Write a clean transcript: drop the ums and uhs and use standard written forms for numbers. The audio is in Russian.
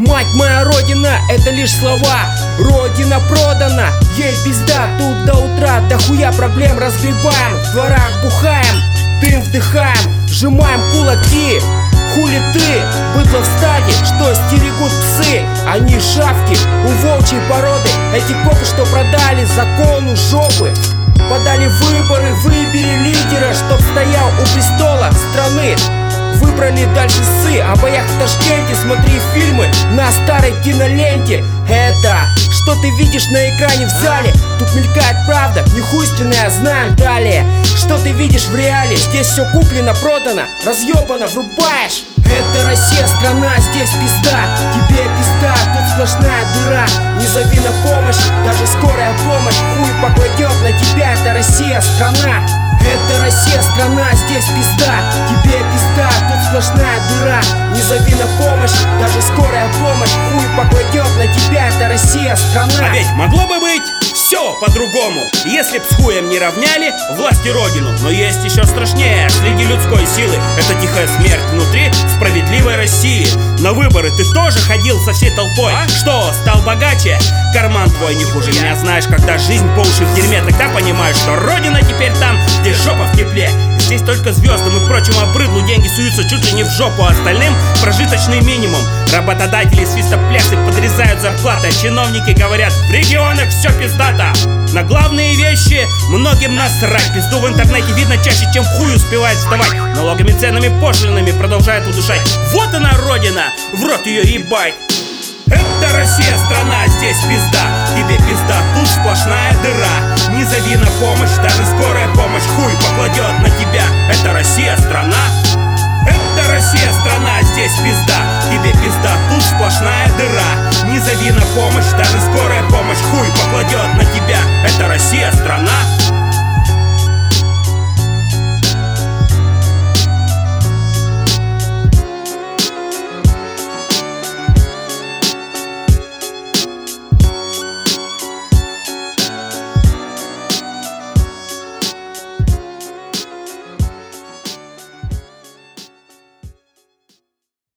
Мать моя родина, это лишь слова. Родина продана, ей пизда. Тут до утра дохуя проблем разгребаем. В дворах бухаем, дым вдыхаем, сжимаем кулаки. Хули ты, быдло в стаде, что стерегут псы. Они шавки у волчьей породы. Эти копы, что продали закону жопы. Подали выборы, выбери лидера, чтоб стоял у престола страны. Выбрали дальше ссы, о боях в Ташкенте. Смотри фильмы на старой киноленте. Это что ты видишь на экране в зале. Тут мелькает правда, нехуйственная, знаем далее. Что ты видишь в реале, здесь все куплено, продано, разъебано, врубаешь. Это Россия, страна, здесь пизда. Тебе пизда, тут сплошная дыра. Не зови на помощь, даже скорая помощь хуй покладет на тебя. Это Россия, страна. Это Россия, страна, здесь пизда. Тебе пизда, тут сплошная дыра. Не зови на помощь, даже скорая помощь хуй покладет на тебя. Это Россия, страна. А ведь могло бы быть все по-другому, если б с хуем не равняли власть и родину. Но есть еще страшнее среди людской силы. Это тихая смерть внутри справедливой России. На выборы ты тоже ходил со всей толпой. Что, стал богаче? Карман твой не хуже меня. Знаешь, когда жизнь по уши в дерьме, тогда понимаешь, что родина теперь там, где жопа в тепле. Здесь только звездам и прочему обрыдлу деньги суются чуть ли не в жопу, а остальным прожиточный минимум. Работодатели свистоплясы подрезают зарплаты, а чиновники говорят: в регионах все пиздато. На главные вещи многим насрать. Пизду в интернете видно чаще, чем хуй успевает вставать. Налогами, ценами, пошлинами продолжает удушать. Вот она родина, в рот ее ебать. Это Россия, страна, здесь пизда. Тебе пизда, тут сплошная дыра. Не зови на помощь, даже скорая помощь хуй покладет на тебя. Это Россия, страна. Это Россия, страна, здесь пизда. Тебе пизда, тут сплошная дыра. Не зови на помощь, даже